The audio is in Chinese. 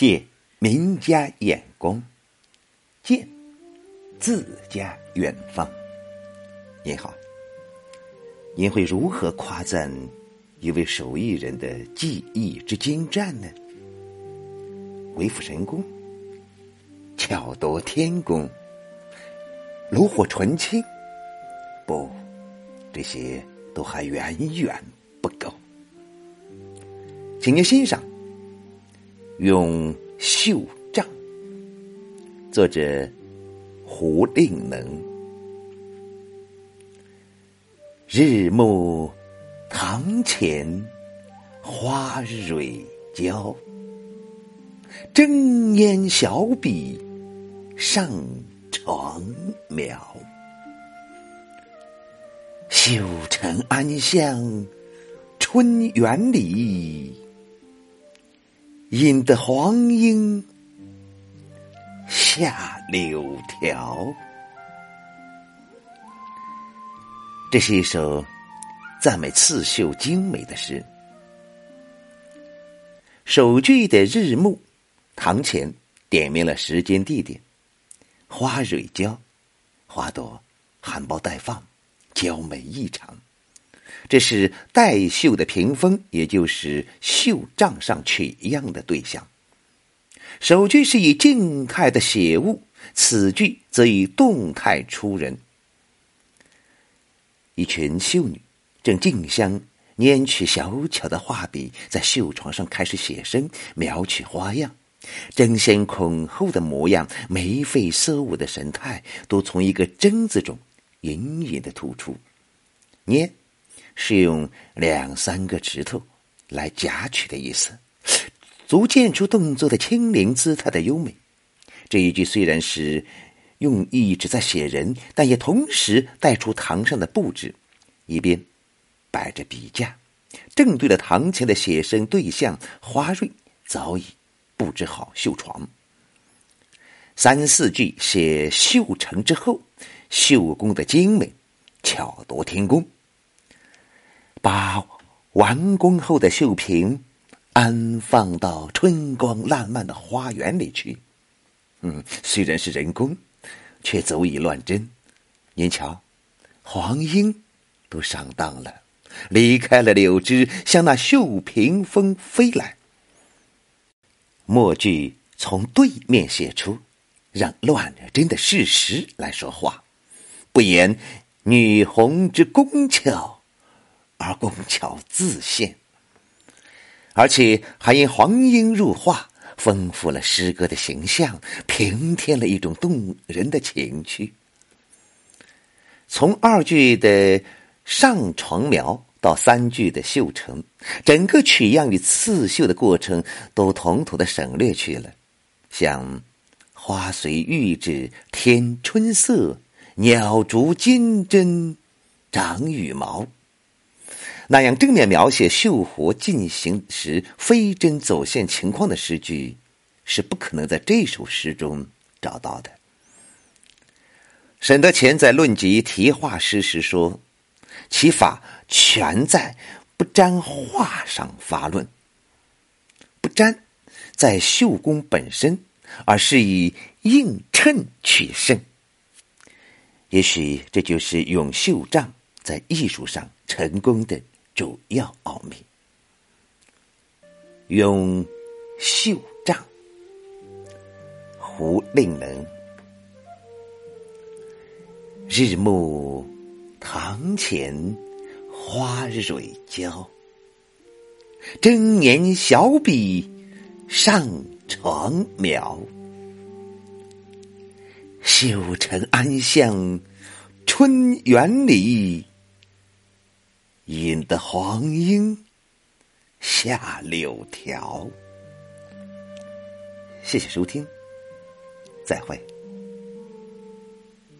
借名家眼光，见自家远方。您好，您会如何夸赞一位手艺人的技艺之精湛呢？鬼斧神工，巧夺天工，炉火纯青？不，这些都还远远不够。请您欣赏咏绣帐，作者胡令能。日暮堂前花蕊娇，争烟小笔上床描。绣成安乡春园里，引得黄莺下柳条。这是一首赞美刺绣精美的诗。首句的日暮堂前点明了时间地点，花蕊娇，花朵含苞待放，娇美异常。这是待绣的屏风，也就是绣帐上取样的对象。首句是以静态的写物，此句则以动态出人。一群绣女正竞相拈取小巧的画笔，在绣床上开始写生，描取花样。争先恐后的模样，眉飞色舞的神态，都从一个争字中隐隐地突出。拈是用2、3个指头来夹取的意思，足见出动作的轻灵姿态的优美。这一句虽然是用意只在写人，但也同时带出堂上的布置。一边摆着笔架，正对着堂前的写生对象花蕊早已布置好绣床。3、4句写绣成之后，绣工的精美，巧夺天工，把完工后的绣屏安放到春光烂漫的花园里去。虽然是人工，却足以乱真。您瞧，黄莺都上当了，离开了柳枝，向那绣屏风飞来。末句从对面写出，让乱真的事实来说话，不言女红之工巧，而工巧自现，而且还因黄莺入画，丰富了诗歌的形象，平添了一种动人的情趣。从2句的上床描到3句的绣成，整个取样与刺绣的过程都统统的省略去了。像花随玉指添春色，鸟逐金针长羽毛，那样正面描写绣活进行时飞针走线情况的诗句，是不可能在这首诗中找到的。沈德潜在《论及题画诗》时说，其法全在不沾画上发论。不沾在绣工本身，而是以映衬取胜。也许这就是咏绣帐在艺术上成功的主要奥秘。咏绣帐，胡令能。日暮堂前花蕊娇，争年小笔上床描。绣成安乡春园里，引得黄莺下柳条。谢谢收听，再会。